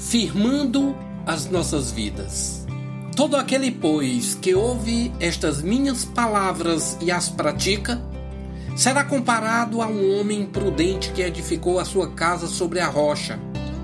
firmando as nossas vidas. Todo aquele, pois, que ouve estas minhas palavras e as pratica, será comparado a um homem prudente que edificou a sua casa sobre a rocha.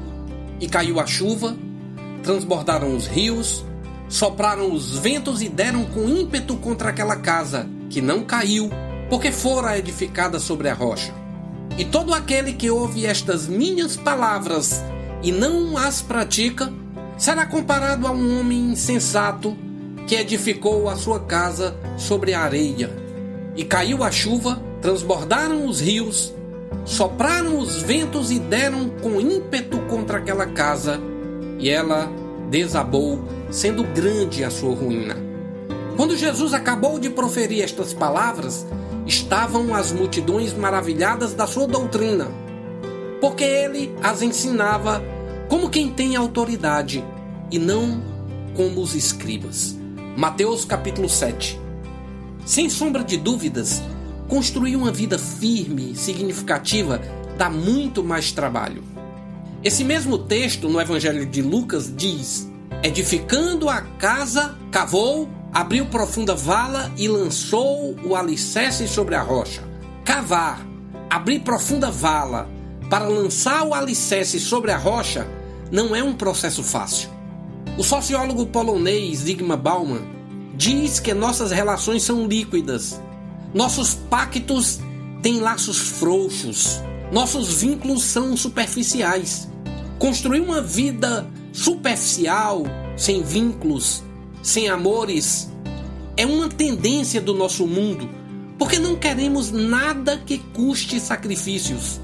E caiu a chuva, transbordaram os rios, sopraram os ventos e deram com ímpeto contra aquela casa, que não caiu, porque fora edificada sobre a rocha. E todo aquele que ouve estas minhas palavras e não as pratica, será comparado a um homem insensato que edificou a sua casa sobre a areia. E caiu a chuva, transbordaram os rios, sopraram os ventos e deram com ímpeto contra aquela casa, e ela desabou, sendo grande a sua ruína. Quando Jesus acabou de proferir estas palavras, estavam as multidões maravilhadas da sua doutrina, porque ele as ensinava como quem tem autoridade e não como os escribas. Mateus capítulo 7. Sem sombra de dúvidas, construir uma vida firme, significativa, dá muito mais trabalho. Esse mesmo texto no Evangelho de Lucas diz: edificando a casa, cavou, abriu profunda vala e lançou o alicerce sobre a rocha. Cavar, abrir profunda vala para lançar o alicerce sobre a rocha não é um processo fácil. O sociólogo polonês Zygmunt Bauman diz que nossas relações são líquidas. Nossos pactos têm laços frouxos. Nossos vínculos são superficiais. Construir uma vida superficial, sem vínculos, sem amores, é uma tendência do nosso mundo, porque não queremos nada que custe sacrifícios.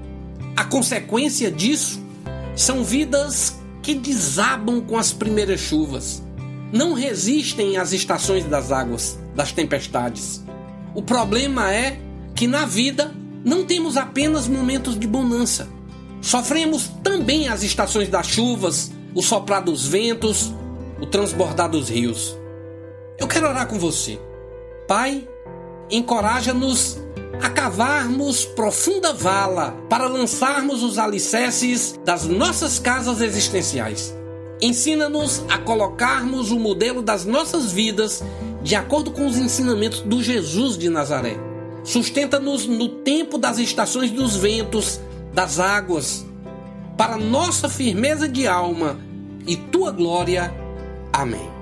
A consequência disso são vidas que desabam com as primeiras chuvas, não resistem às estações das águas, das tempestades. O problema é que na vida não temos apenas momentos de bonança. Sofremos também as estações das chuvas, o soprar dos ventos, o transbordar dos rios. Eu quero orar com você. Pai, encoraja-nos a cavarmos profunda vala para lançarmos os alicerces das nossas casas existenciais. Ensina-nos a colocarmos o modelo das nossas vidas de acordo com os ensinamentos do Jesus de Nazaré. Sustenta-nos no tempo das estações dos ventos, das águas, para nossa firmeza de alma e tua glória. Amém.